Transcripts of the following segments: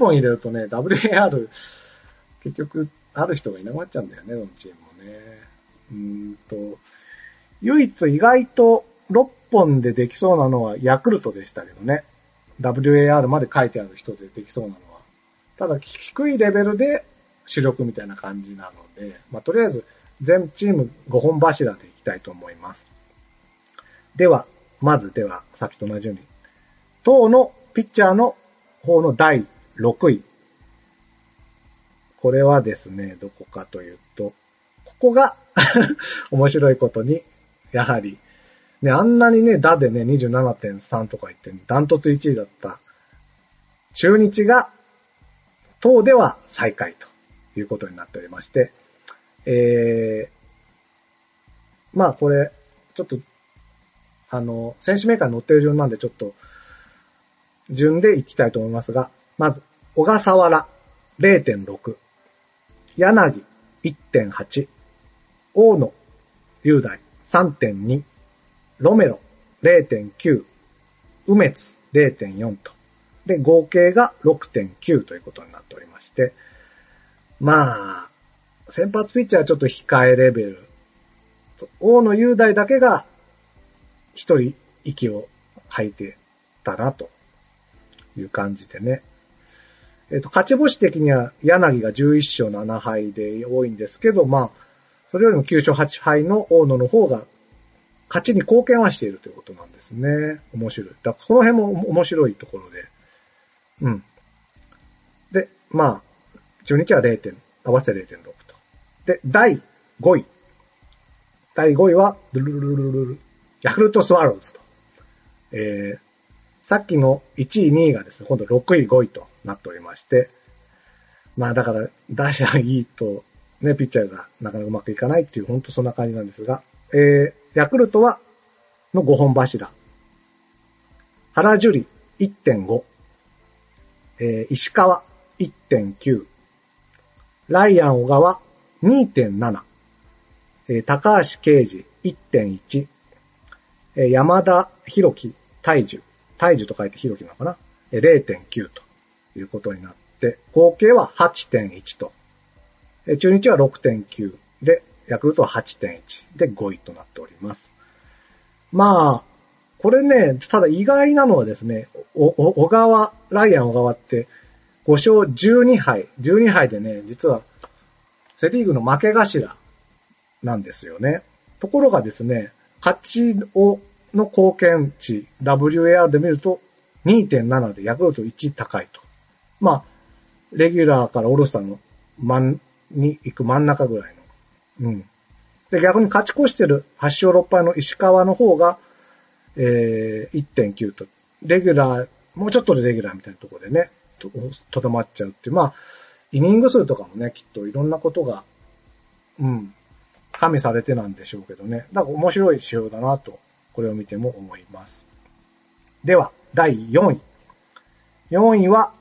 本入れるとね、WAR、結局、ある人がいなくなっちゃうんだよね、どのチームもね。唯一意外と6本でできそうなのはヤクルトでしたけどね。WAR まで書いてある人でできそうなのは。ただ、低いレベルで主力みたいな感じなので、まあ、とりあえず全チーム5本柱でいきたいと思います。では、さっきと同じように、当のピッチャーの方の第6位。これはですね、どこかというと、ここが面白いことに、やはり、ね、あんなにね、打でね、27.3 とか言って、ダントツ1位だった中日が、当では最下位ということになっておりまして、まあこれ、ちょっと、選手名鑑に載ってる順なんでちょっと、順でいきたいと思いますが、まず、小笠原 0.6、柳 1.8、大野雄大 3.2、ロメロ 0.9、梅津 0.4 と。で、合計が 6.9 ということになっておりまして、まあ、先発ピッチャーはちょっと控えレベル。大野雄大だけが一人息を吐いてたなという感じでね。勝ち星的には柳が11勝7敗で多いんですけど、まあ、それよりも9勝8敗の大野の方が勝ちに貢献はしているということなんですね。面白い。だからこの辺も面白いところで。うん。で、まあ、中日は合わせて 0.6 と。で、第5位。第5位は、ヤクルトスワローズと。さっきの1位、2位がですね、今度6位、5位となっておりまして、まあだから、打者いいと、ね、ピッチャーがなかなかうまくいかないっていう、ほんとそんな感じなんですが、ヤクルトは、の5本柱。原樹里 1.5、石川 1.9、ライアン小川 2.7、高橋奎二 1.1、山田博樹大樹と書いて博樹なのかな 0.9 ということになって、合計は 8.1 と。中日は 6.9 で、ヤクルトは 8.1 で5位となっております。まあ、これね、ただ意外なのはですね、ライアン小川って5勝12敗でね、実はセリーグの負け頭なんですよね。ところがですね、勝ちの貢献値、WAR で見ると 2.7 でヤクルト1高いと。まあ、レギュラーからオールスターのに行く真ん中ぐらいの。うん。で、逆に勝ち越してる8勝6敗の石川の方が、1.9 と。レギュラー、もうちょっとでレギュラーみたいなところでね、とどまっちゃうっていう。まあ、イニング数とかもね、きっといろんなことが、加味されてなんでしょうけどね。だから面白い仕様だなと、これを見ても思います。では、第4位。4位は、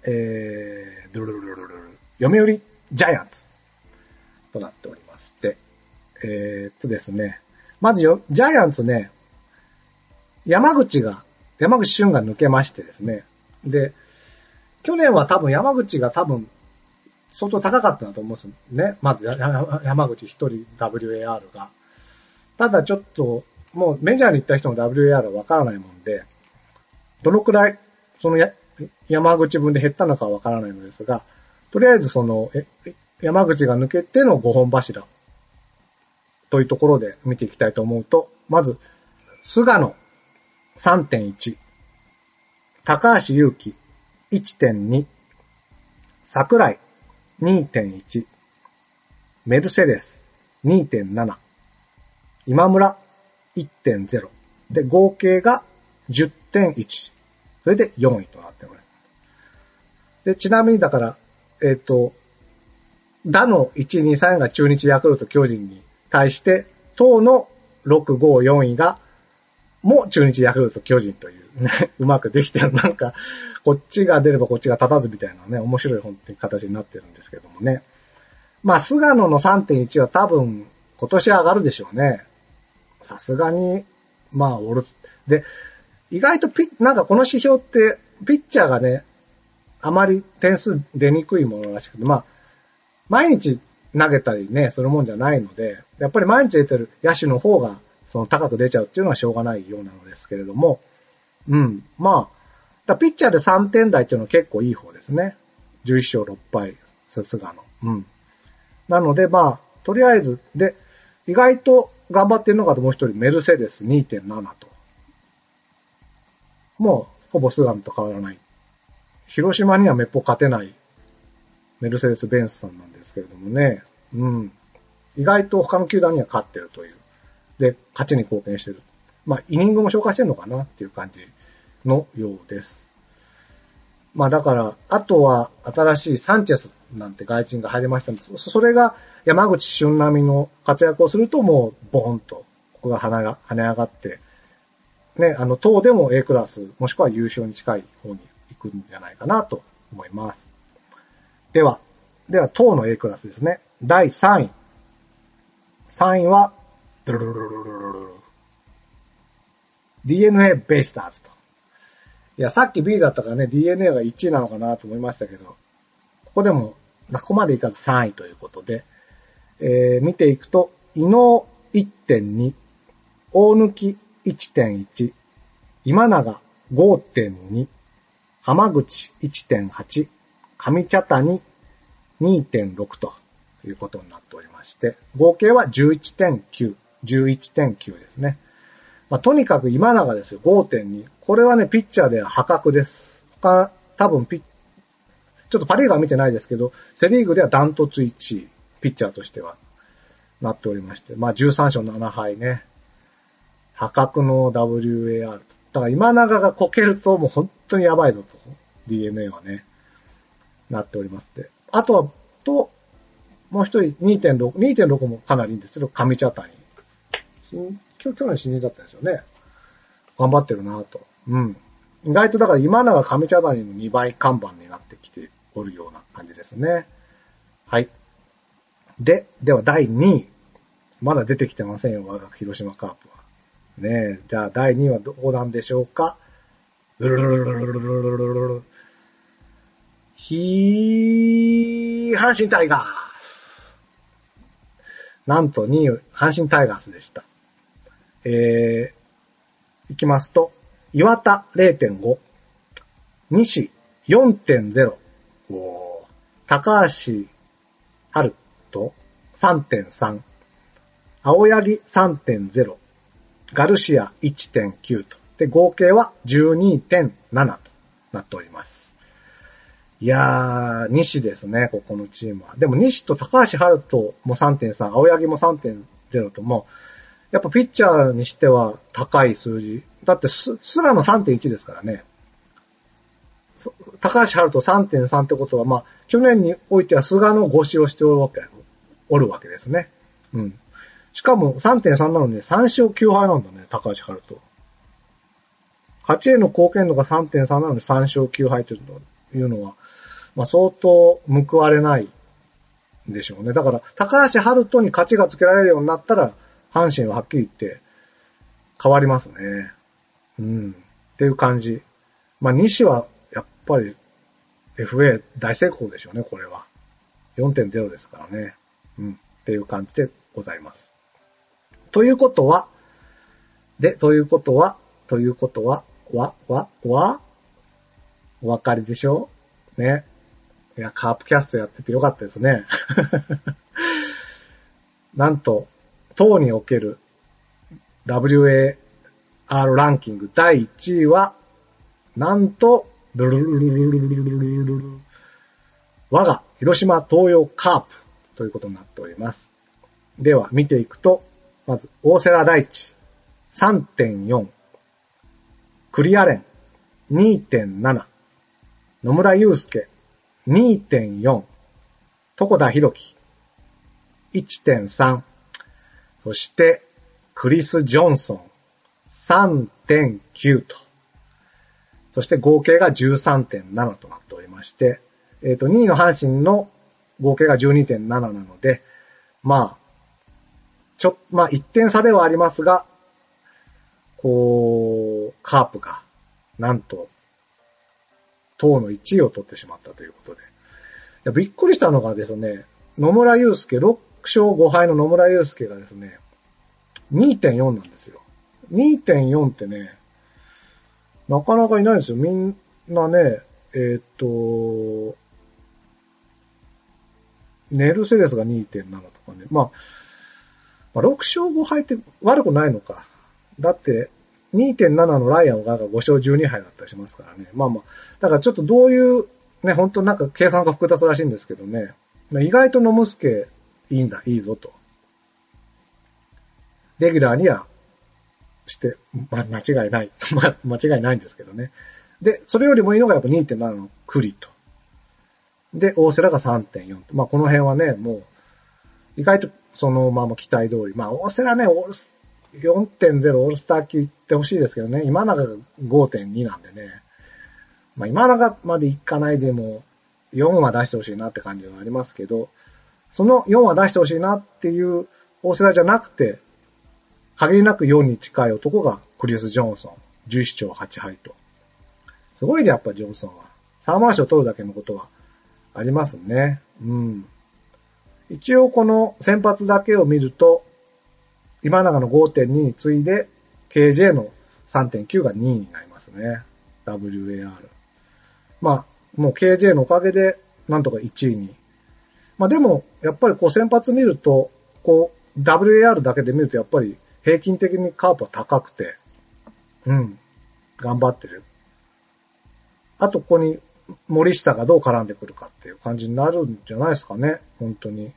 読売ジャイアンツとなっておりまして、ですね、まずジャイアンツね、山口俊が抜けましてですね、で、去年は山口が相当高かったなと思うんですね。まず山口一人 WAR が。ただちょっと、もうメジャーに行った人の WAR はわからないもんで、どのくらい、山口分で減ったのかはわからないのですが、とりあえず山口が抜けての5本柱というところで見ていきたいと思うと、まず、菅野 3.1、高橋優希 1.2、桜井 2.1、メルセデス 2.7、今村 1.0 で合計が 10.1、それで4位となっています。で、ちなみにだから、打の1、2、3が中日、ヤクルト、巨人に対して、等の6、5、4位が、も中日、ヤクルト、巨人というね、うまくできてる。なんか、こっちが出ればこっちが立たずみたいなね、面白い本当に形になってるんですけどもね。まあ、菅野の 3.1 は多分、今年上がるでしょうね。さすがに、まあ、で、意外となんかこの指標って、ピッチャーがね、 あまり点数出にくいものらしくて、まあ、毎日投げたりね、するもんじゃないので、やっぱり毎日出てる野手の方が、高く出ちゃうっていうのはしょうがないようなのですけれども、まあ、ピッチャーで3点台っていうのは結構いい方ですね。11勝6敗、菅野。なので、まあ、とりあえず、で、意外と頑張ってるのがもう一人、メルセデス 2.7 と。もう、ほぼ菅野と変わらない。広島にはめっぽ勝てないメルセデス・ベンスさんなんですけれどもね。意外と他の球団には勝ってるという。で、勝ちに貢献してる。まあ、イニングも消化してるのかなっていう感じのようです。まあだから、あとは新しいサンチェスなんて外人が入りましたんです。それが山口俊並みの活躍をするともうボーンと、ここが跳ね上がって、ね、党でも A クラス、もしくは優勝に近い方に行くんじゃないかなと思います。では、党の A クラスですね。第3位。3位は、DNA ベイスターズと。いや、さっき B だったからね、DNA が1位なのかなと思いましたけど、ここでも、ここまでいかず3位ということで、見ていくと、伊能 1.2、大貫 1.1、今永 5.2、浜口 1.8、上茶谷 2.6 ということになっておりまして、合計は 11.9、11.9 ですね。まあ、とにかく今永ですよ、5.2。これはね、ピッチャーでは破格です。多分ちょっとパリーグは見てないですけど、セリーグではダントツ1位、ピッチャーとしてはなっておりまして、まあ13勝7敗ね。破格の WAR。だから今永がこけるともう本当にやばいぞと、DNA はね、なっておりますで。あとは、もう一人 2.6 もかなりいいんですけど、上茶谷。去年新人だったんですよね。頑張ってるなぁと。意外とだから今永上茶谷の2倍看板になってきておるような感じですね。はい。では第2位。まだ出てきてませんよ、我が広島カープは。ねえ、じゃあ第2位はどこなんでしょうか。阪神タイガース。なんと2位、阪神タイガースでした。いきますと、岩田 0.5、西 4.0、高橋春人 3.3、青柳 3.0、ガルシア 1.9 と。で、合計は 12.7 となっております。いやー、西ですね、ここのチームは。でも西と高橋春人も 3.3、青柳も 3.0 とも、やっぱピッチャーにしては高い数字。だって菅野 3.1 ですからね。高橋春人 3.3 ってことは、まあ、去年においては菅野越しをしておるわけですね。しかも 3.3 なのに3勝9敗なんだね、高橋春人。勝ちへの貢献度が 3.3 なのに3勝9敗というのは、まあ、相当報われないんでしょうね。だから、高橋春人に勝ちがつけられるようになったら、阪神ははっきり言って変わりますね。っていう感じ。まあ、西はやっぱり FA 大成功でしょうね、これは。4.0 ですからね。っていう感じでございます。ということは、お分かりでしょうね。いや、カープキャストやっててよかったですね。なんと、党における WAR ランキング第1位は、なんと、我が広島東洋カープということになっております。では、見ていくと、まず、大瀬良大地 3.4、栗アレン 2.7、野村祐介 2.4、床田博樹 1.3、そして、クリス・ジョンソン 3.9 と。そして合計が 13.7 となっておりまして、2位の阪神の合計が 12.7 なので、まあ1点差ではありますが、カープが、なんと、 投の1位を取ってしまったということで。いや、びっくりしたのがですね、野村祐介、6勝5敗の野村祐介がですね、2.4 なんですよ。2.4 ってね、なかなかいないんですよ。みんなね、ネルセレスが 2.7 とかね。まあ、6勝5敗って悪くないのか。だって、2.7 のライアンが5勝12敗だったりしますからね。まあまあ、だからちょっとどういう、ね、本当なんか計算が複雑らしいんですけどね。意外と野村介いいぞと。レギュラーにはして、まあ間違いない。間違いないんですけどね。で、それよりもいいのがやっぱ 2.7 のクリと。で、大瀬良が 3.4 と。まあこの辺はね、もう、意外とそのまま期待通り。まあ大瀬良ね、4.0 オールスター級行ってほしいですけどね。今永が 5.2 なんでね。まあ今永まで行かないでも4は出してほしいなって感じはありますけど、その4は出してほしいなっていう大瀬良じゃなくて、限りなく4に近い男がクリス・ジョンソン。11勝8敗と。すごいね、やっぱジョンソンは。サーマー賞取るだけのことはありますね。うん。一応この先発だけを見ると、今永の 5.2 に次いで、KJ の 3.9 が2位になりますね。WAR。まあ、もう KJ のおかげで、なんとか1位に。まあでも、やっぱりこう先発見ると、こう、WAR だけで見るとやっぱり平均的にカープは高くて、うん、頑張ってる。あとここに森下がどう絡んでくるかっていう感じになるんじゃないですかね、本当に。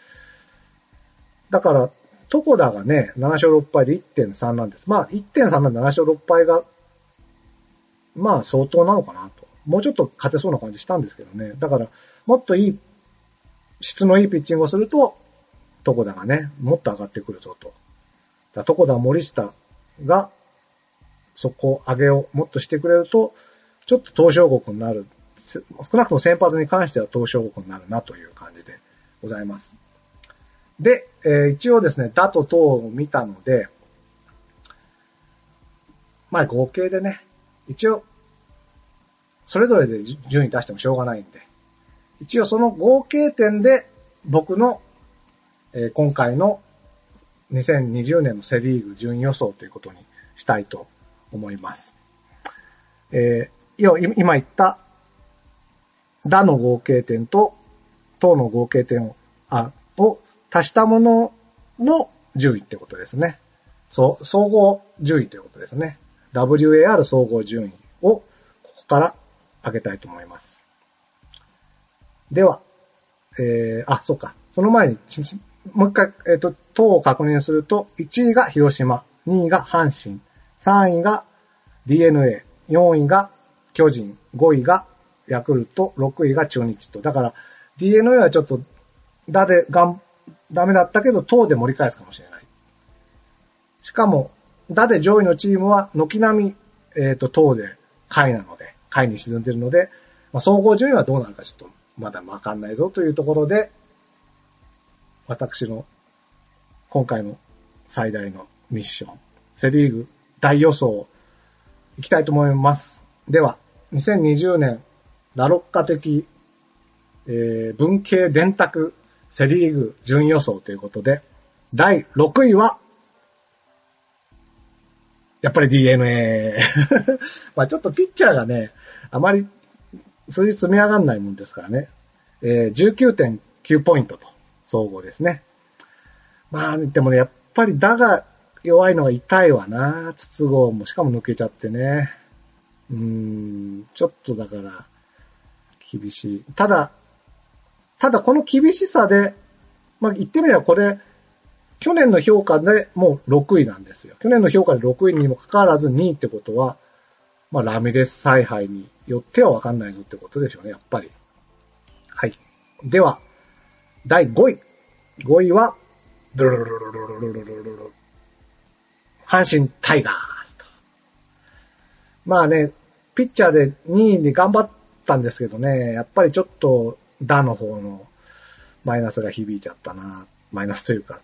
だから、床田がね、7勝6敗で 1.3 なんです。まあ、1.3 なんで7勝6敗が、まあ相当なのかなと。もうちょっと勝てそうな感じしたんですけどね。だから、もっといい、質のいいピッチングをすると、床田がね、もっと上がってくるぞと。だ床田森下が、そこ上げをもっとしてくれると、ちょっと東証国になる。少なくとも先発に関しては東証国になるなという感じでございます。で、一応ですね、打と等を見たので、まあ合計でね、一応、それぞれで順位出してもしょうがないんで、一応その合計点で僕の、今回の2020年のセリーグ順位予想ということにしたいと思います。今言った打の合計点と等の合計点を足したものの順位ってことですね。総合順位ということですね。WAR 総合順位をここから上げたいと思います。では、そうか。その前に、もう一回、等を確認すると、1位が広島、2位が阪神、3位が DNA、4位が巨人、5位がヤクルト、6位が中日と。だから、DNA はちょっと、ダメだったけど、等で盛り返すかもしれない。しかも、で上位のチームは、軒並み、等で下位なので、下位に沈んでいるので、まあ、総合順位はどうなるかちょっと、まだわかんないぞというところで、私の今回の最大のミッション、セリーグ大予想いきたいと思います。では、2020年ラロッカ的、文系電卓セリーグ順予想ということで、第6位は、やっぱり DNA。まあちょっとピッチャーがね、あまり数字積み上がんないもんですからね。19.9 ポイントと総合ですね。まあでもね、やっぱり打が弱いのが痛いわな。筒香もしかも抜けちゃってね。ちょっとだから厳しい。ただこの厳しさで、まあ言ってみればこれ、去年の評価でもう6位なんですよ。去年の評価で6位にもかかわらず2位ってことは、まあラミレス采配によってはわかんないぞってことでしょうね、やっぱり。はい。では、第5位。5位は、阪神タイガースと。まあね、ピッチャーで2位に頑張ったんですけどね、やっぱりちょっと打の方のマイナスが響いちゃったな。マイナスというか、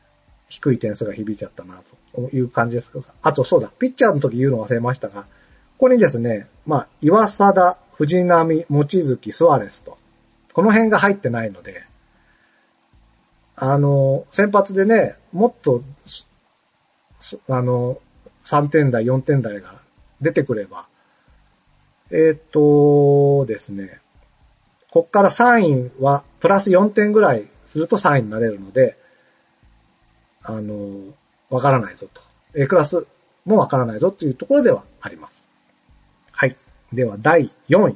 低い点数が響いちゃったなという感じですが。あとそうだ、ピッチャーの時言うの忘れましたが、 こにですね、岩貞、藤浪、望月、スアレスと、この辺が入ってないので、先発でね、もっと、3点台、4点台が出てくれば、ですね、こっから3位はプラス4点ぐらいすると3位になれるので、わからないぞと。A クラスもわからないぞというところではあります。はい。では、第4位。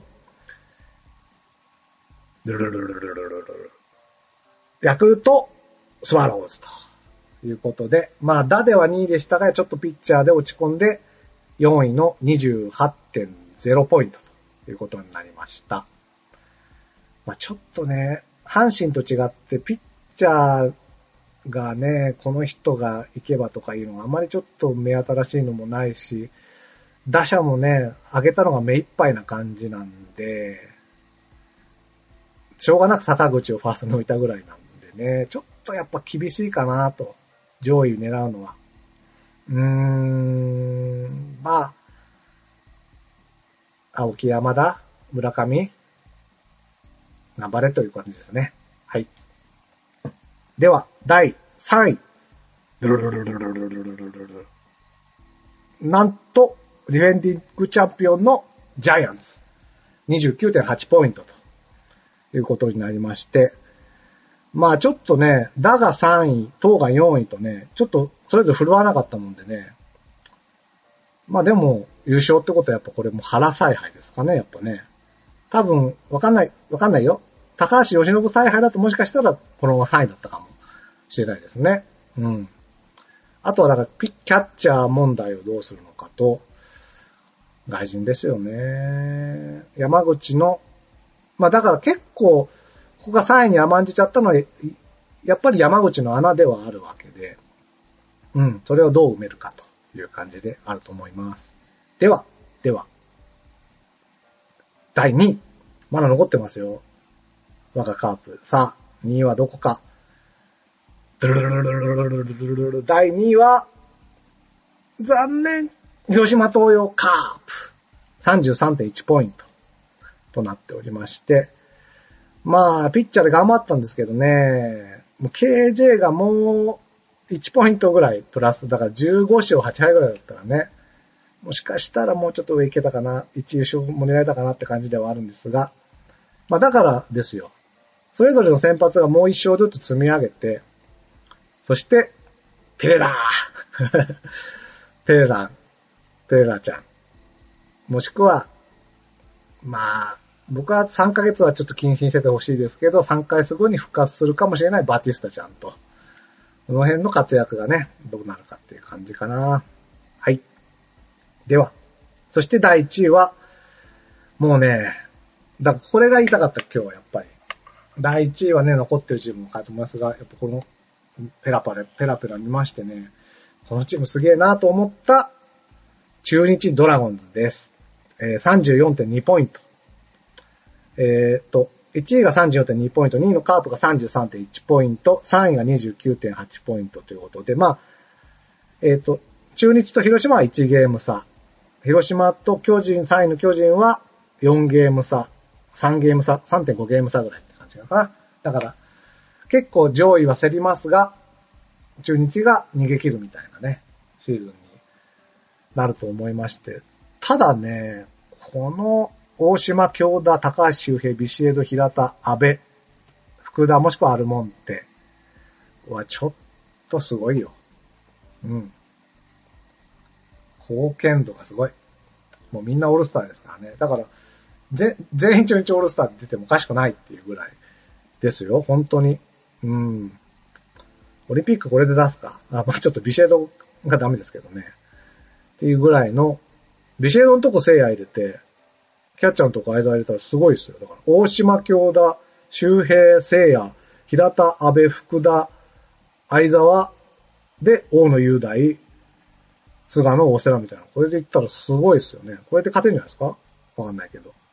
ヤクルト、スワローズということで、打では2位でしたが、ちょっとピッチャーで落ち込んで、4位の 28.0 ポイントということになりました。ちょっとね、阪神と違って、ピッチャーがね、この人が行けばとかいうのはあまりちょっと目新しいのもないし、打者もね、上げたのが目いっぱいな感じなんで、しょうがなく坂口をファーストに置いたぐらいなんでね、ちょっとやっぱ厳しいかなと、上位狙うのは。青木山田、村上、頑張れという感じですね。はい。では、第3位。なんと、ディフェンディングチャンピオンのジャイアンツ。29.8 ポイントということになりまして。ちょっとね、打が3位、投が4位とね、ちょっとそれぞれ振るわなかったもんでね。でも、優勝ってことはやっぱこれも原采配ですかね、やっぱね。多分、わかんないよ。高橋由伸采配だともしかしたらこのまま3位だったかもしれないですね。うん。あとはだからキャッチャー問題をどうするのかと、外人ですよね。山口の、だから結構、ここが3位に甘んじちゃったのは、やっぱり山口の穴ではあるわけで、それをどう埋めるかという感じであると思います。では、第2位。まだ残ってますよ。我がカープ。さあ、2位はどこか。第2位は、残念、広島東洋カープ。33.1 ポイントとなっておりまして、ピッチャーで頑張ったんですけどね、もう KJ がもう1ポイントぐらいプラス、だから15勝8敗ぐらいだったらね、もしかしたらもうちょっと上行けたかな、1優勝も狙えたかなって感じではあるんですが、だからですよ。それぞれの先発がもう1勝ずつ積み上げて、そして、ペレラちゃん。もしくは、僕は3ヶ月はちょっと謹慎しててほしいですけど、3ヶ月後に復活するかもしれないバティスタちゃんと、この辺の活躍がね、どうなるかっていう感じかな。はい。では、そして第1位は、もうね、だからこれが言いたかった今日はやっぱり。第1位はね、残ってるチームも書いてますが、やっぱこの、ペラペラ見ましてね、このチームすげえなと思った、中日ドラゴンズです。34.2 ポイント。1位が 34.2 ポイント、2位のカープが 33.1 ポイント、3位が 29.8 ポイントということで、中日と広島は1ゲーム差。広島と巨人、3位の巨人は4ゲーム差、3ゲーム差、3.5 ゲーム差ぐらいって感じだかな。だから、結構上位は競りますが、中日が逃げ切るみたいなね、シーズンになると思いまして。ただね、この大島、京田、高橋周平、ビシエド、平田、阿部、福田もしくはアルモンテはちょっとすごいよ。貢献度がすごい。もうみんなオールスターですからね。だから、全員中日オールスターで出てもおかしくないっていうぐらいですよ。本当に。オリンピックこれで出すか。ちょっとビシエドがダメですけどね。っていうぐらいの、ビシエドのとこ聖夜入れて、キャッチャーのとこ相沢入れたらすごいですよ。だから、大島京田、周平、聖夜、平田、阿部、福田、相沢、で、大野雄大、菅野、大瀬良みたいな。これで言ったらすごいですよね。これで勝てるんじゃないですか？わかんないけど。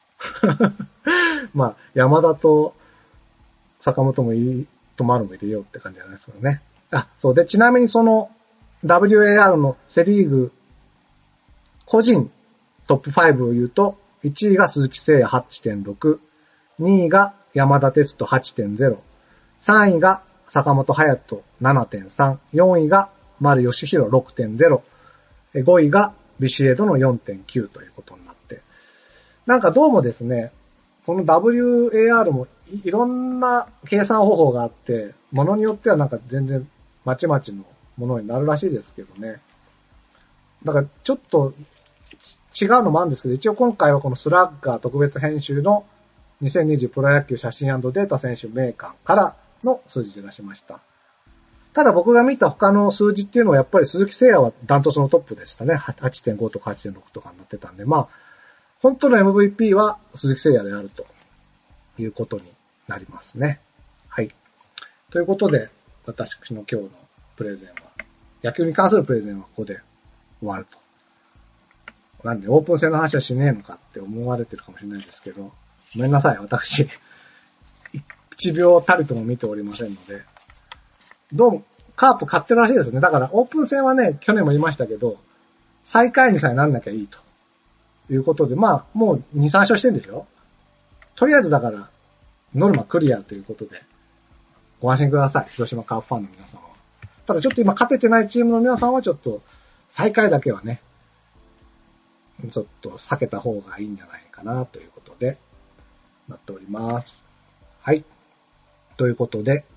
山田と坂本もと丸も入れようって感じじゃないですかね。そうで、ちなみにその WAR のセリーグ個人トップ5を言うと、1位が鈴木誠也 8.6、2位が山田哲人 8.0、3位が坂本勇人 7.3、4位が丸義弘 6.0、5位がビシエドの 4.9 ということになって。なんかどうもですね、この WAR もいろんな計算方法があって、ものによってはなんか全然まちまちのものになるらしいですけどね。だからちょっと違うのもあるんですけど、一応今回はこのスラッガー特別編集の2020プロ野球写真&データ選手名鑑からの数字で出しました。ただ僕が見た他の数字っていうのはやっぱり鈴木誠也はダントツのトップでしたね。8.5 とか 8.6 とかになってたんで、まあ、本当の MVP は鈴木誠也であるということになりますね。はい。ということで、私の今日のプレゼンは、野球に関するプレゼンはここで終わると。なんでオープン戦の話はしねえのかって思われてるかもしれないですけど、ごめんなさい、私、1秒たりとも見ておりませんので、どうも、カープ買ってるらしいですね。だからオープン戦はね、去年も言いましたけど、最下位にさえなんなきゃいいということで、まあ、もう2、3勝してるんでしょ？とりあえずだから、ノルマクリアということで、ご安心ください。広島カープファンの皆さんは。ただちょっと今勝ててないチームの皆さんはちょっと、最下位だけはね、ちょっと避けた方がいいんじゃないかなということで、なっております。はい。ということで、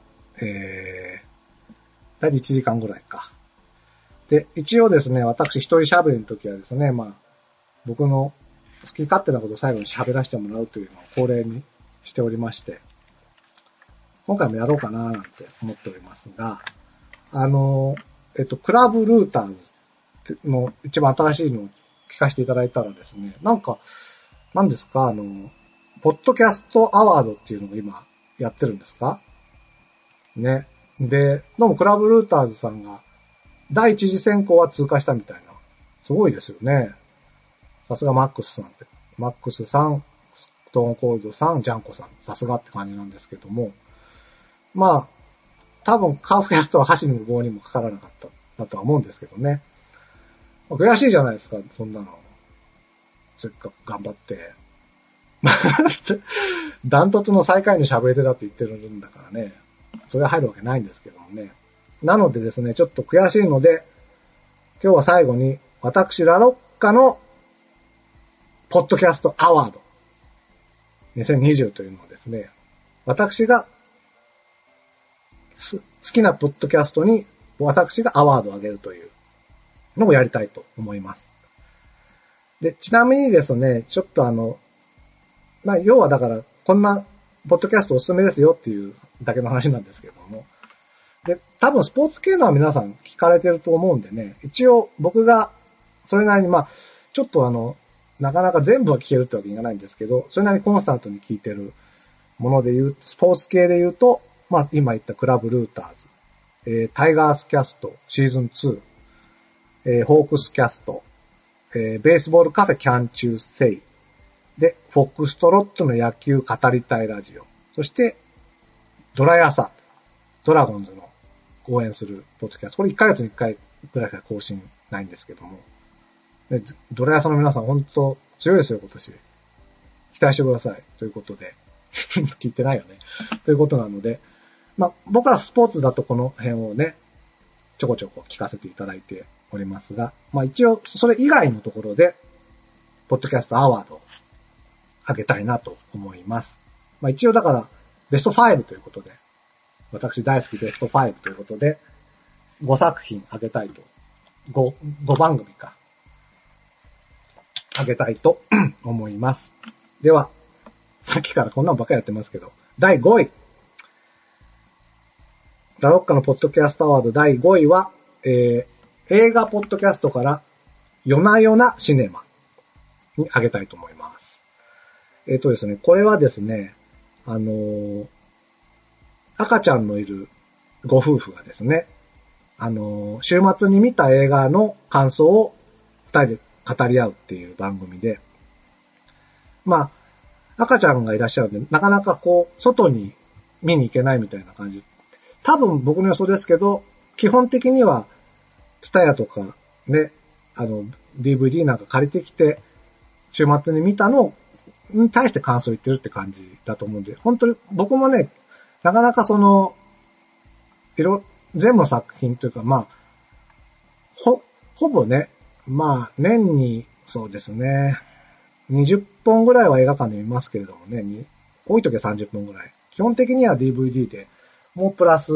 大体1時間ぐらいか。で、一応ですね、私一人喋りの時はですね、まあ、僕の好き勝手なことを最後に喋らせてもらうというのを恒例にしておりまして、今回もやろうかななんて思っておりますが、クラブルーターズの一番新しいのを聞かせていただいたらですね、なんか、何ですか、ポッドキャストアワードっていうのを今やってるんですかね。で、どうもクラブルーターズさんが第一次選考は通過したみたいな。すごいですよね。さすがマックスさんって。マックスさん、ストーンコールドさん、ジャンコさん。さすがって感じなんですけども。まあ、多分カーフキャストは箸にも棒にもかからなかっただとは思うんですけどね。悔しいじゃないですか、そんなの。せっかく頑張って。ダントツの最下位の喋り手だって言ってるんだからね。それは入るわけないんですけどもね。なのでですね、ちょっと悔しいので、今日は最後に、私、ラロッカの、ポッドキャストアワード、2020というのをですね、私が、好きなポッドキャストに、私がアワードをあげるというのをやりたいと思います。で、ちなみにですね、ちょっとまあ、要はだから、こんな、ポッドキャストおすすめですよっていうだけの話なんですけども。で、多分スポーツ系のは皆さん聞かれてると思うんでね、一応僕が、それなりにまあ、ちょっとなかなか全部は聞けるってわけにいかないんですけど、それなりにコンスタントに聞いてるもので言う、スポーツ系で言うと、まあ、今言ったクラブルーターズ、タイガースキャストシーズン2、ホークスキャスト、ベースボールカフェキャンチューセイ、で、フォックストロットの野球語りたいラジオ。そして、ドラヤサ、ドラゴンズの応援するポッドキャスト。これ1ヶ月に1回くらいしか更新ないんですけども。でドラヤサの皆さん本当強いですよ、今年。期待してください。ということで。聞いてないよね。ということなので、まあ、僕はスポーツだとこの辺をね、ちょこちょこ聞かせていただいておりますが、まあ一応、それ以外のところで、ポッドキャストアワードをあげたいなと思います。まあ一応だから、ベスト5ということで、私大好きベスト5ということで、5作品あげたいと、5番組か、あげたいと思います。では、さっきからこんなんばっかりやってますけど、第5位。ラロッカのポッドキャストアワード第5位は、映画ポッドキャストから夜な夜なシネマにあげたいと思います。ですね、これはですね、赤ちゃんのいるご夫婦がですね、週末に見た映画の感想を二人で語り合うっていう番組で、まあ、赤ちゃんがいらっしゃるんで、なかなかこう、外に見に行けないみたいな感じ。多分僕の予想ですけど、基本的には、TSUTAYAとかね、DVD なんか借りてきて、 週末に見たのに対して感想言ってるって感じだと思うんで、本当に僕もね、なかなか全部の作品というか、まあ、ほぼね、まあ、年に、そうですね、20本ぐらいは映画館で見ますけれどもね、多い時は30本ぐらい。基本的には DVD で、もうプラス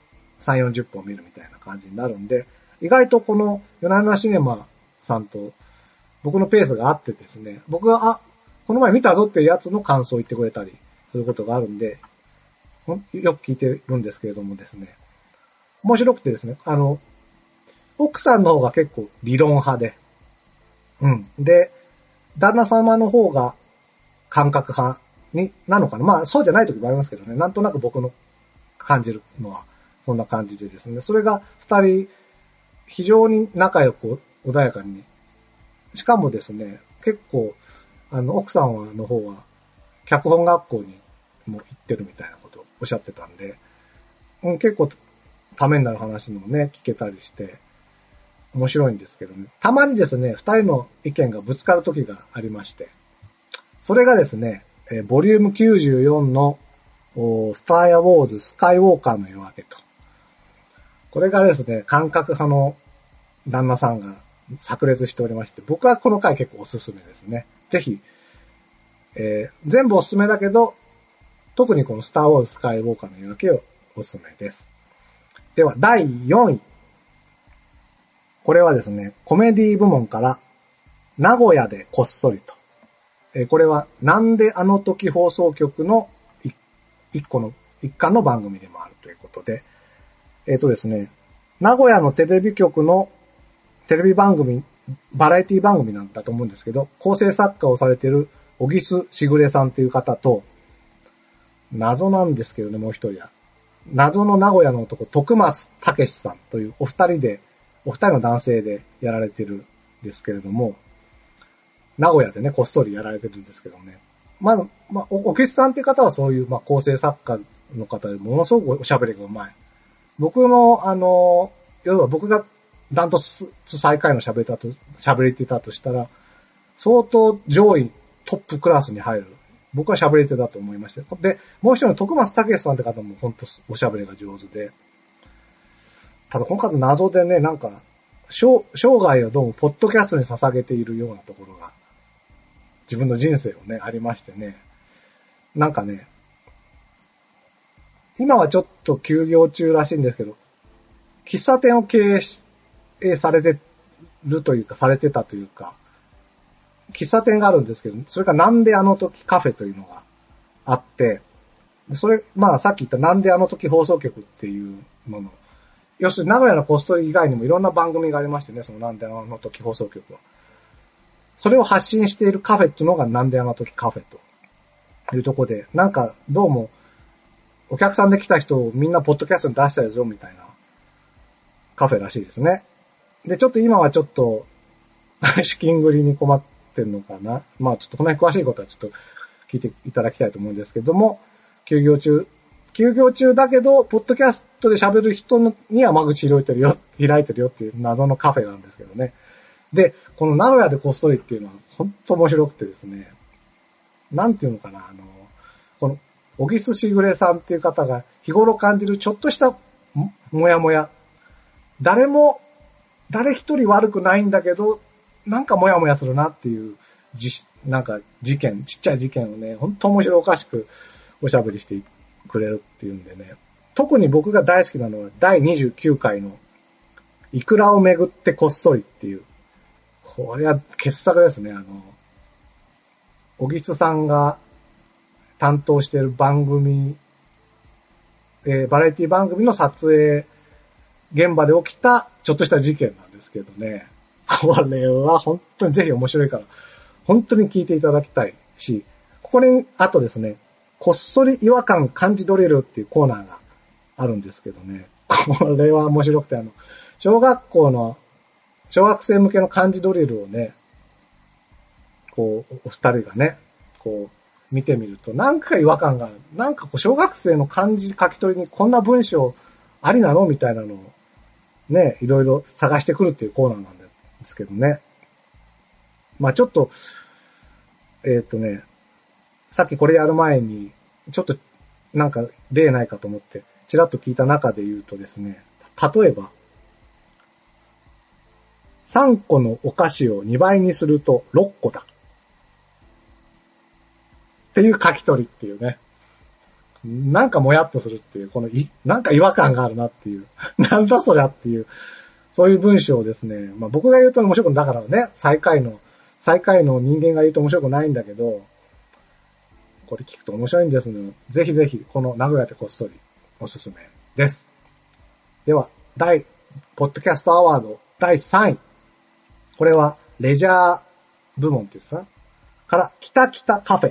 3、40本見るみたいな感じになるんで、意外とこの、ヨナヨナシネマさんと、僕のペースがあってですね、僕が、この前見たぞっていうやつの感想を言ってくれたりすることがあるんで、よく聞いてるんですけれどもですね、面白くてですね、奥さんの方が結構理論派で、で、旦那様の方が感覚派なのかな。まあそうじゃない時もありますけどね、なんとなく僕の感じるのはそんな感じでですね、それが二人非常に仲良く穏やかに、しかもですね、結構奥さんの方は脚本学校にも行ってるみたいなことをおっしゃってたんで、結構ためになる話もね、聞けたりして、面白いんですけどね。たまにですね、二人の意見がぶつかる時がありまして、それがですね、ボリューム94のスター・ウォーズ・スカイウォーカーの夜明けと。これがですね、感覚派の旦那さんが炸裂しておりまして、僕はこの回結構おすすめですね。ぜひ、全部おすすめだけど、特にこのスター・ウォーズ・スカイウォーカーの夜明けをおすすめです。では、第4位。これはですね、コメディ部門から名古屋でこっそりと。これはなんであの時放送局の一環の番組でもあるということで、ですね、名古屋のテレビ局のテレビ番組、バラエティ番組なんだと思うんですけど、構成作家をされている小木須しぐれさんという方と、謎なんですけどね、もう一人は。謎の名古屋の男、徳松武さんというお二人の男性でやられてるんですけれども、名古屋でね、こっそりやられてるんですけどね。まず、お木須さんっていう方はそういう、構成作家の方でものすごくおしゃべりがうまい。僕の、要は僕がダントツ最下位の喋れてたとしたら、相当上位トップクラスに入る。僕は喋れてたと思いました。で、もう一人の徳松武さんって方も本当おしゃべりが上手で、ただこの方謎でね、なんか、生涯をどうもポッドキャストに捧げているようなところが、自分の人生をね、ありましてね。なんかね、今はちょっと休業中らしいんですけど、喫茶店を経営されてるというか、されてたというか、喫茶店があるんですけど、それがなんであの時カフェというのがあって、それ、さっき言ったなんであの時放送局っていうもの、要するに名古屋のコスト以外にもいろんな番組がありましてね、そのなんであの時放送局は。それを発信しているカフェっていうのがなんであの時カフェというところで、なんかどうもお客さんで来た人をみんなポッドキャストに出したいぞみたいなカフェらしいですね。で、ちょっと今はちょっと資金繰りに困ってんのかな。ちょっとこの辺詳しいことはちょっと聞いていただきたいと思うんですけども、休業中だけど、ポッドキャストで喋る人には間口開いてるよっていう謎のカフェなんですけどね。で、この名古屋でこっそりっていうのは本当面白くてですね、なんていうのかな、この、小木須しぐれさんっていう方が日頃感じるちょっとしたもやもや。誰一人悪くないんだけど、なんかもやもやするなっていう、なんかちっちゃい事件をね、本当面白おかしくおしゃべりしてくれるっていうんでね。特に僕が大好きなのは第29回のイクラをめぐってこっそりっていう、これは傑作ですね。小木須さんが担当している番組、バラエティ番組の撮影現場で起きたちょっとした事件なんですけどね。これは本当にぜひ面白いから、本当に聞いていただきたいし、ここに、あとですね、こっそり違和感感じ取れるっていうコーナーがあるんですけどね。これは面白くて、小学生向けの漢字ドリルをね、こう、お二人がね、こう、見てみると、なんか違和感がある。なんかこう、小学生の漢字書き取りにこんな文章ありなのみたいなのを、ね、いろいろ探してくるっていうコーナーなんですけどね。ちょっと、 さっきこれやる前に、ちょっとなんか例ないかと思って、ちらっと聞いた中で言うとですね、例えば、3個のお菓子を2倍にすると6個だ。っていう書き取りっていうね。なんかもやっとするっていう、なんか違和感があるなっていう。なんだそりゃっていう。そういう文章をですね、まあ僕が言うと面白くない。だからね、最下位の人間が言うと面白くないんだけど、これ聞くと面白いんですね。ぜひぜひ、この名古屋でこっそりおすすめです。では、ポッドキャストアワード第3位。これは、レジャー部門っていうか、キタキタカフェ。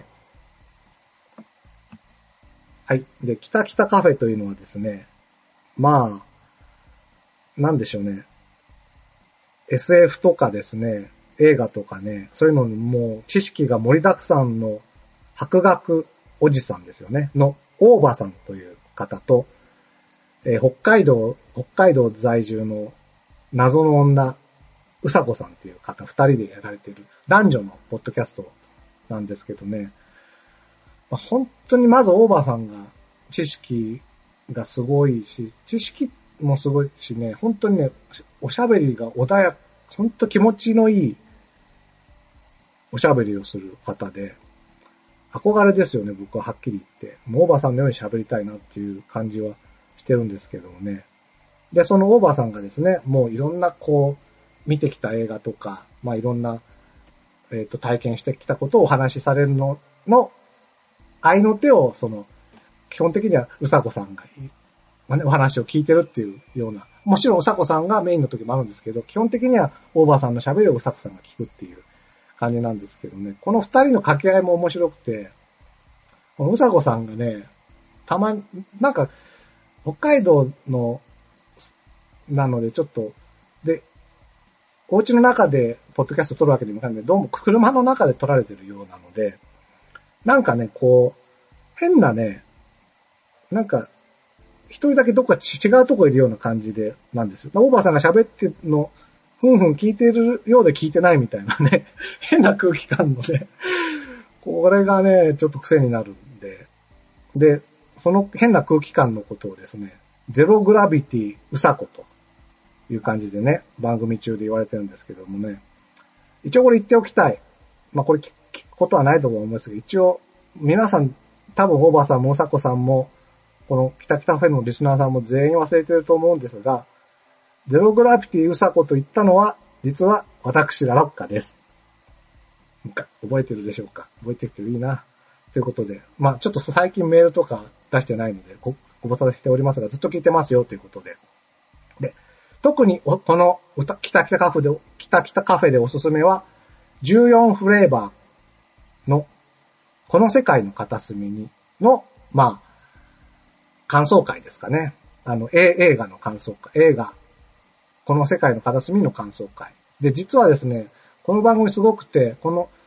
はい。で、キタキタカフェというのはですね、まあ、なんでしょうね。SF とかですね、映画とかね、そういうのにもう知識が盛りだくさんの博学おじさんですよね。の、大場さんという方と、北海道在住の謎の女、うさこさんっていう方、二人でやられている男女のポッドキャストなんですけどね。まあ、本当にまず大場さんが知識がすごいし、知識もすごいしね、本当にね、おしゃべりが穏やか、本当気持ちのいいおしゃべりをする方で、憧れですよね、僕ははっきり言って。もう大場さんのように喋りたいなっていう感じはしてるんですけどもね。で、その大場さんがですね、もういろんな見てきた映画とか、まあいろんな、体験してきたことをお話しされるの、合いの手を、基本的にはうさこさんが、お話を聞いてるっていうような、もちろんうさこさんがメインの時もあるんですけど、基本的には大場さんの喋りをうさこさんが聞くっていう感じなんですけどね。この二人の掛け合いも面白くて、このうさこさんがね、なんか、北海道の、なのでちょっと、で、お家の中でポッドキャスト撮るわけにもいかないので、どうも車の中で撮られてるようなので、なんかね、変なね、なんか、一人だけどっか違うとこいるような感じで、なんですよ。オーバーさんが喋ってるの、ふんふん聞いてるようで聞いてないみたいなね、変な空気感のね、これがね、ちょっと癖になるんで、で、その変な空気感のことをですね、ゼログラビティうさこという感じでね、番組中で言われてるんですけどもね、一応これ言っておきたい。まあこれ聞くことはないと思いますけど、一応皆さん、多分オーバーさんもうさこさんも、このキタキタフェのリスナーさんも全員忘れてると思うんですが、ゼログラビティうさこと言ったのは、実は私ラロッカです。覚えてるでしょうか？覚えてきていいな。ということで、まあちょっと最近メールとか出してないので、ご無沙汰しておりますが、ずっと聞いてますよということで。で、特にこのキタキタカフェでおすすめは、14フレーバーのこの世界の片隅にの、まあ、感想会ですかね。映画の感想会。映画、この世界の片隅の感想会。で、実はですね、この番組すごくて、この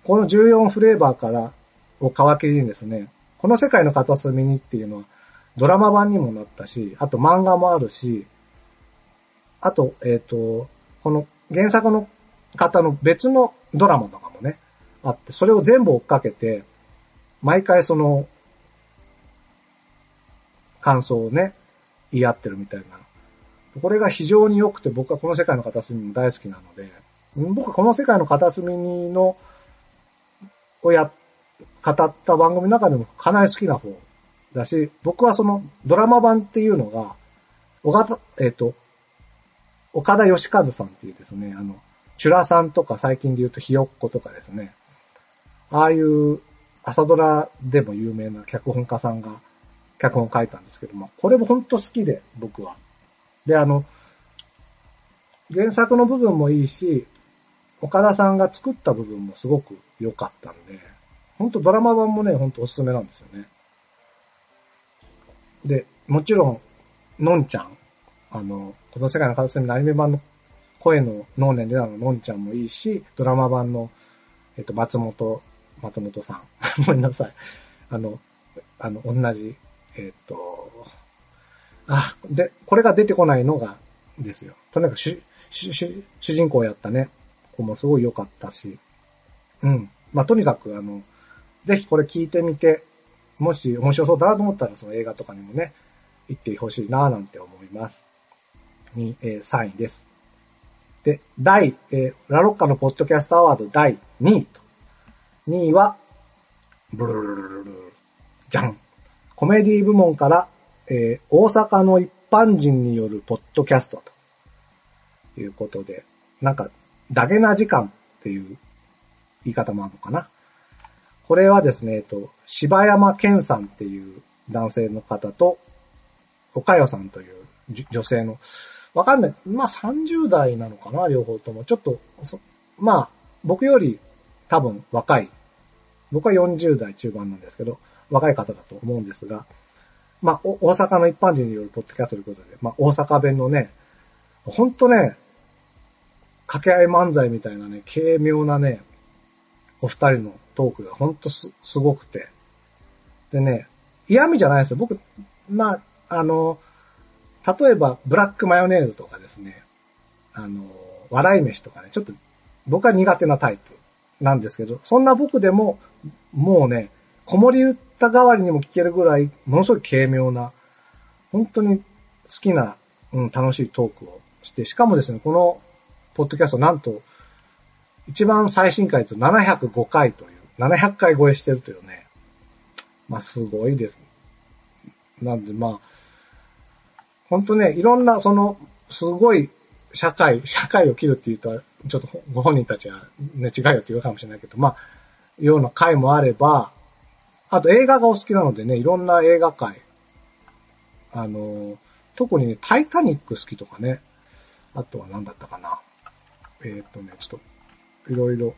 14フレーバーからを皮切りにですね、この世界の片隅にっていうのはドラマ版にもなったし、あと漫画もあるし、あと、この原作の方の別のドラマとかもね、あって、それを全部追っかけて、毎回感想をね、言い合ってるみたいな。これが非常に良くて、僕はこの世界の片隅も大好きなので、僕はこの世界の片隅を語った番組の中でもかなり好きな方だし、僕はそのドラマ版っていうのが、岡田義和さんっていうですね、チュラさんとか最近で言うとひよっことかですね、ああいう朝ドラでも有名な脚本家さんが脚本を書いたんですけども、これも本当好きで、僕は。で、原作の部分もいいし、岡田さんが作った部分もすごく良かったんで、本当ドラマ版もね、本当おすすめなんですよね。で、もちろん、のんちゃん、この世界の片隅のアニメ版の声の能年でののんちゃんもいいし、ドラマ版の、松本さん。ごめんなさい。同じ、で、これが出てこないのが、ですよ。とにかく主人公やったね、子もすごい良かったし、うん。 まあ、とにかくぜひこれ聞いてみて、もし面白そうだなと思ったら、その映画とかにもね、行ってほしいなぁなんて思います。3位です。で、ラロッカのポッドキャストアワード第2位と。2位は、じゃん。コメディ部門から、大阪の一般人によるポッドキャストということで、なんか、ダゲな時間っていう言い方もあるのかな。これはですね、柴山健さんっていう男性の方と、岡代さんという女性の、わかんない。まあ、30代なのかな、両方とも。ちょっと、まあ、僕より多分若い。僕は40代中盤なんですけど、若い方だと思うんですが、まあ、大阪の一般人によるポッドキャストということで、まあ、大阪弁のね、ほんとね、掛け合い漫才みたいなね、軽妙なね、お二人のトークがほんとすごくて。でね、嫌味じゃないですよ。僕、まあ、例えば、ブラックマヨネーズとかですね、笑い飯とかね、ちょっと僕は苦手なタイプなんですけど、そんな僕でも、もうね、子守歌代わりにも聞けるぐらい、ものすごい軽妙な、本当に好きな、楽しいトークをして、しかもですね、この、ポッドキャストなんと、一番最新回と705回という、700回超えしてるというね、まあ、すごいです。なんで、まあ、ほんとね、いろんな、すごい、社会を切るって言うと、ちょっとご本人たちはね、違うよって言うかもしれないけど、まあ、ような回もあれば、あと映画がお好きなのでね、いろんな映画回。特にね、タイタニック好きとかね、あとは何だったかな。ちょっと、いろいろ、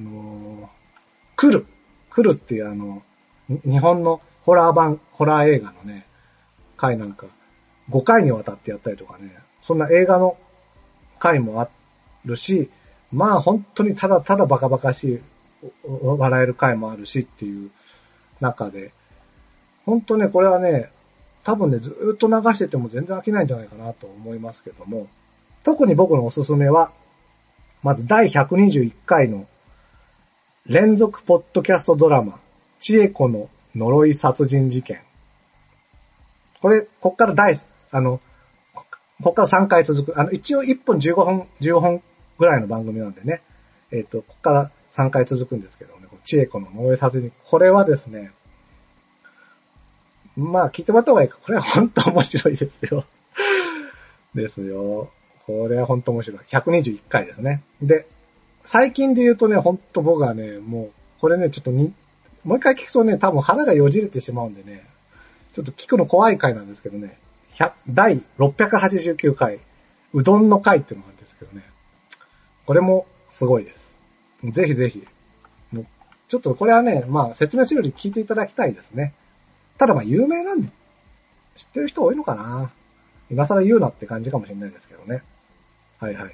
来るっていう日本のホラー映画のね、回なんか、5回にわたってやったりとかね、そんな映画の回もあるし、まあ本当にただただバカバカしい、笑える回もあるしっていう中で、本当ね、これはね、多分ね、ずーっと流してても全然飽きないんじゃないかなと思いますけども、特に僕のおすすめは、まず第121回の連続ポッドキャストドラマ、千恵子の呪い殺人事件。こっからこっから3回続く。一応1分15分ぐらいの番組なんでね。こっから3回続くんですけどね。千恵子の呪い殺人。これはですね、まあ聞いてもらった方がいいか。これは本当面白いですよ。ですよ。これは本当面白い。121回ですね。で、最近で言うとね、本当僕はね、もう、これね、ちょっともう一回聞くとね、多分腹がよじれてしまうんでね、ちょっと聞くの怖い回なんですけどね、第689回、うどんの回っていうのがあるんですけどね、これもすごいです。ぜひぜひ、もうちょっとこれはね、まあ説明するより聞いていただきたいですね。ただまあ有名なんで、知ってる人多いのかな。今更言うなって感じかもしれないですけどね。はいはい。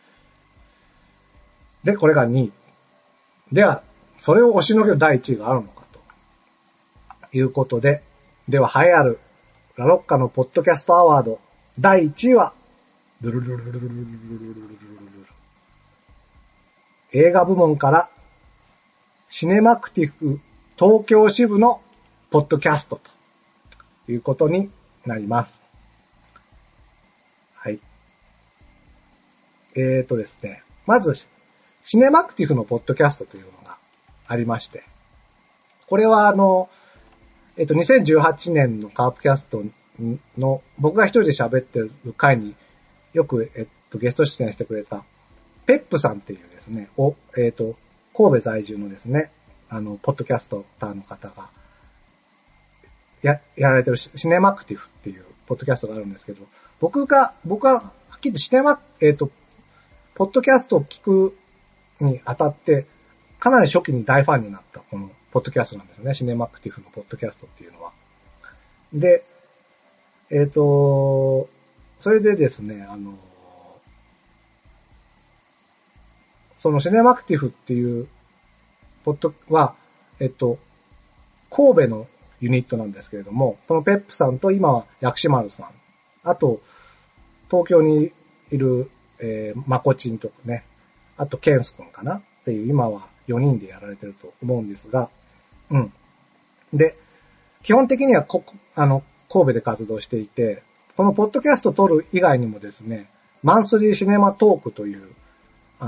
で、これが2位。では、それを押しのける第1位があるのかということで、では、栄えあるラロッカのポッドキャストアワード第1位は、映画部門からシネマクティフ東京支部のポッドキャストということになります。はい。ですね。まず、シネマクティフのポッドキャストというのがありまして、これは2018年のカープキャストの僕が一人で喋ってる回によく、ゲスト出演してくれたペップさんっていうですね、神戸在住のですね、ポッドキャストターの方がやられてるシネマクティフっていうポッドキャストがあるんですけど、僕ははっきりポッドキャストを聞くにあたって、かなり初期に大ファンになったこのポッドキャストなんですよね。シネマクティフのポッドキャストっていうのは。で、それでですね、そのシネマクティフっていうポッドは、神戸のユニットなんですけれども、そのペップさんと今は薬師丸さん、あと、東京にいる、まこちんとかね、あとケンス君かなっていう、今は 4人でやられてると思うんですが、うん。で、基本的には神戸で活動していて、このポッドキャスト撮る以外にもですね、マンスリーシネマトークという、あ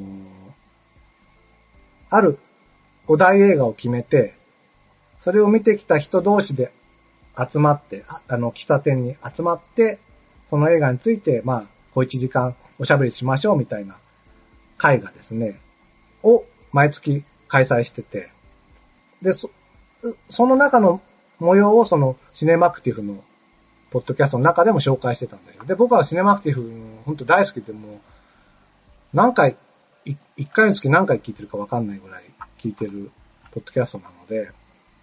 るお題映画を決めて、それを見てきた人同士で集まって、喫茶店に集まって、その映画について、小1時間おしゃべりしましょうみたいな会がですね、を毎月開催してて、で、その中の模様をそのシネマクティフのポッドキャストの中でも紹介してたんですよ。で、僕はシネマクティフ本当大好きでも1回につき何回聞いてるかわかんないぐらい聞いてるポッドキャストなので、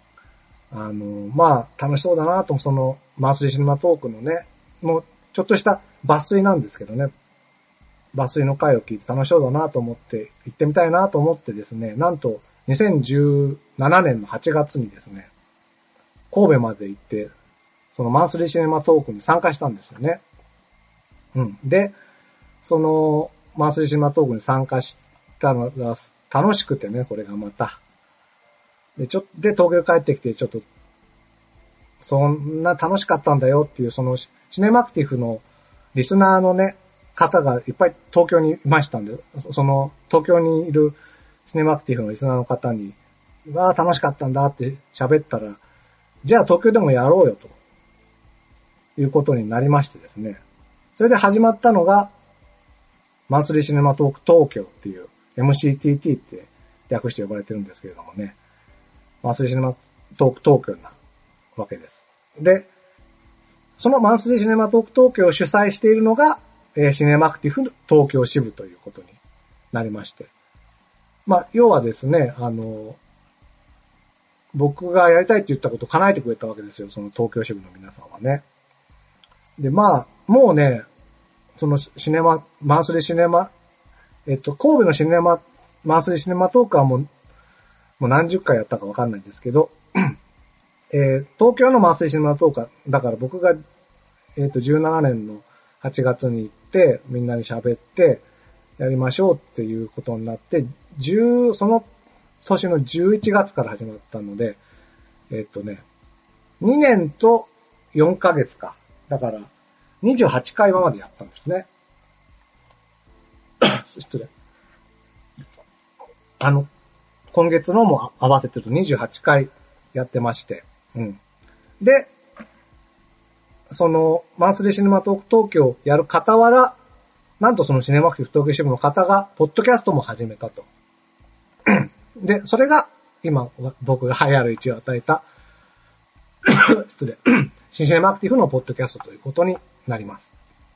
楽しそうだなと、そのマンスリーシネマトークのね、もうちょっとした抜粋なんですけどね、抜粋の回を聞いて楽しそうだなと思って行ってみたいなと思ってですね、なんと2017年の8月にですね、神戸まで行って、そのマンスリーシネマトークに参加したんですよね。うん。で、そのマンスリーシネマトークに参加したのが楽しくてね、これがまた。で、東京帰ってきてちょっと、そんな楽しかったんだよっていう、そのシネマクティフのリスナーのね、方がいっぱい東京にいましたんで、その東京にいるシネマクティフのリスナーの方に、楽しかったんだって喋ったら、じゃあ東京でもやろうよということになりましてですね。それで始まったのが、マンスリーシネマトーク東京っていう MCTT って略して呼ばれてるんですけれどもね。マンスリーシネマトーク東京なわけです。で、そのマンスリーシネマトーク東京を主催しているのが、シネマクティフ東京支部ということになりまして。要はですね、僕がやりたいって言ったことを叶えてくれたわけですよ、その東京支部の皆さんはね。で、もうね、そのマンスリーシネマ、神戸のマンスリーシネマトークはもう何十回やったかわかんないんですけど、東京のマンスリーシネマトークは、だから僕が、17年の8月に行って、みんなに喋って、やりましょうっていうことになって、その年の11月から始まったので、2年と4ヶ月か。だから、28回までやったんですね。失礼。今月のも合わせてると28回やってまして。うん。で、その、マンスリーシネマトーク東京をやる傍ら、なんとそのシネマクティフ東京支部の方が、ポッドキャストも始めたと。で、それが、今、僕が流行る位置を与えた、失礼。シネマクティフのポッドキャストということになります。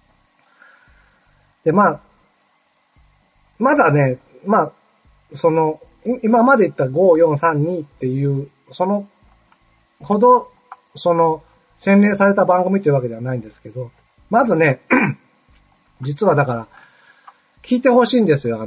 で、まだね、その、今まで言った5、4、3、2っていう、その、ほど、その、洗練された番組というわけではないんですけど、まずね、実はだから、聞いてほしいんですよ。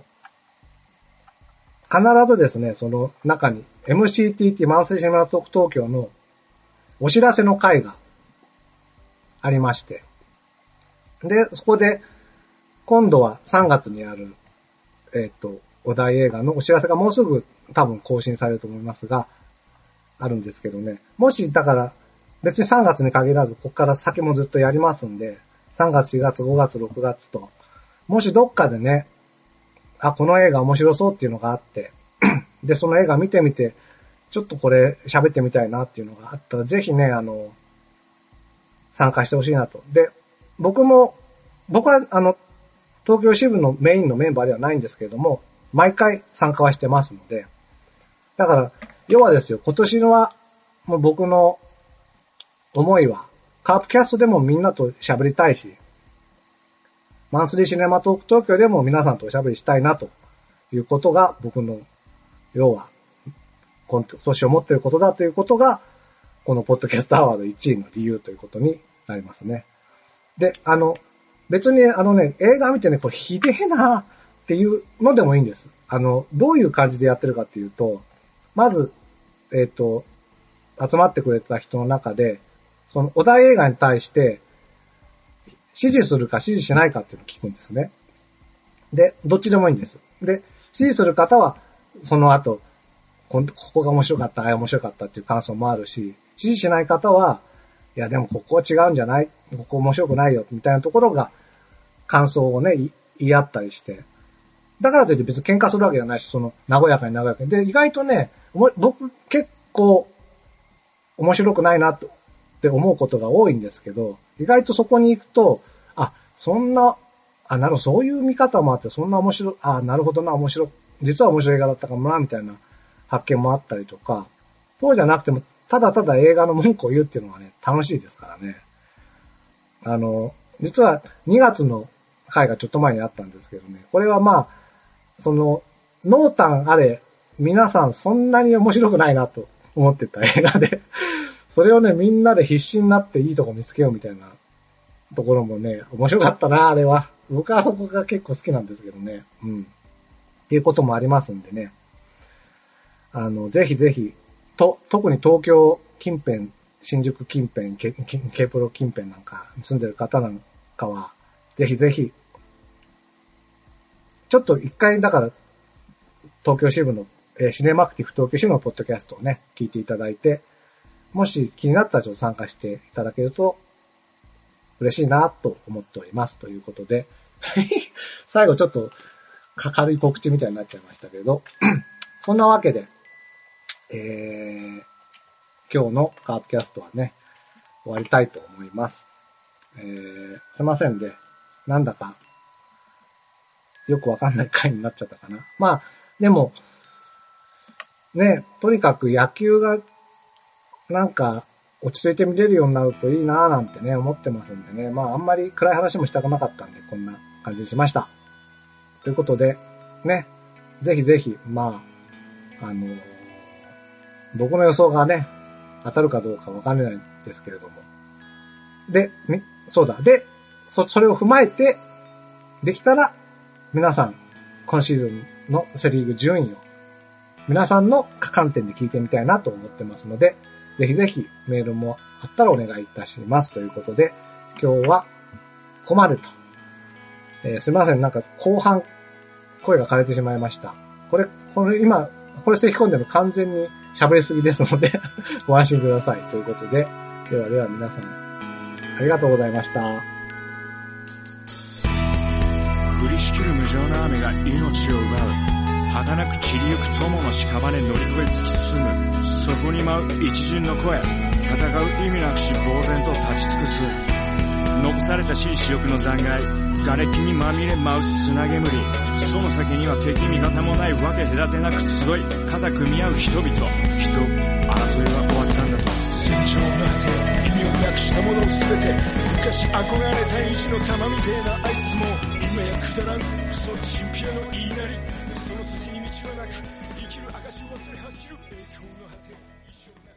必ずですね、その中に MCTT マンスリーシネマトーク東京のお知らせの会がありまして。で、そこで、今度は3月にある、お題映画のお知らせがもうすぐ多分更新されると思いますが、あるんですけどね。もし、だから、別に3月に限らず、ここから先もずっとやりますんで、3月、4月、5月、6月と、もしどっかでね、この映画面白そうっていうのがあって、で、その映画見てみて、ちょっとこれ喋ってみたいなっていうのがあったら、ぜひね、参加してほしいなと。で、僕は、東京支部のメインのメンバーではないんですけれども、毎回参加はしてますので、だから、要はですよ、今年のは、もう僕の思いは、カープキャストでもみんなと喋りたいし、マンスリーシネマトーク東京でも皆さんとおしゃべりしたいなということが僕の、要は、今年思っていることだということが、このポッドキャストアワード1位の理由ということになりますね。で、別に映画見てね、これひでえなっていうのでもいいんです。どういう感じでやってるかっていうと、まず、集まってくれた人の中で、そのお題映画に対して、支持するか支持しないかっていうのを聞くんですね。で、どっちでもいいんです。で、支持する方は、 その後、ここが面白かった、面白かったっていう感想もあるし、支持しない方は、いやでもここは違うんじゃない？ここ面白くないよ、みたいなところが、感想をね、言い合ったりして。だからといって別に喧嘩するわけじゃないし、和やかに。で、意外とね、僕結構、面白くないなって思うことが多いんですけど、意外とそこに行くと、なるほど、そういう見方もあって、そんな面白い、なるほどな、実は面白い映画だったかもな、みたいな発見もあったりとか、そうじゃなくても、ただただ映画の文句を言うっていうのはね、楽しいですからね。実は2月の回がちょっと前にあったんですけどね、これは濃淡あれ、皆さんそんなに面白くないなと思ってた映画で、それをね、みんなで必死になっていいとこ見つけようみたいなところもね、面白かったな、あれは。僕はそこが結構好きなんですけどね。うん。っていうこともありますんでね。ぜひぜひ、特に東京近辺、新宿近辺、Kプロ近辺なんか住んでる方なんかは、ぜひぜひ、ちょっと一回だから、東京支部の、シネマクティフ東京支部のポッドキャストをね、聞いていただいて、もし気になったらちょっと参加していただけると、嬉しいなと思っております。ということで、最後ちょっと軽い告知みたいになっちゃいましたけど、そんなわけで、今日のカープキャストはね、終わりたいと思います。すいませんで、なんだか、よくわかんない回になっちゃったかな。まあ、でも、ね、とにかく野球が、なんか、落ち着いて見れるようになるといいなぁなんてね、思ってますんでね。まあ、あんまり暗い話もしたくなかったんで、こんな感じにしました。ということで、ね、ぜひぜひ、まあ、僕の予想がね、当たるかどうかわかんないんですけれども。で、そうだ。で、それを踏まえて、できたら、皆さん、今シーズンのセリーグ順位を、皆さんの観点で聞いてみたいなと思ってますので、ぜひぜひメールもあったらお願いいたしますということで、今日はここまでと。すいません、なんか後半声が枯れてしまいました。これ今、咳き込んでるの完全に喋りすぎですので、ご安心くださいということで、では皆さん、ありがとうございました。 降りしきる無情な雨が命を奪う。儚く散りゆく友の屍乗り越え突き進む。そこに舞う一陣の声。戦う意味なくし呆然と立ち尽くす。残されたしい死力の残骸。瓦礫にまみれ舞う砂煙。その先には敵味方もないわけ隔てなく集い肩組み合う人々。争いは終わったんだと。戦場の果て意味をなくしたもの全て。昔憧れた意地の玉みてえなあいつも今やくだらんクソチンピラの言いなり。その筋に道はなく生きる証を忘れ走る栄光の果て。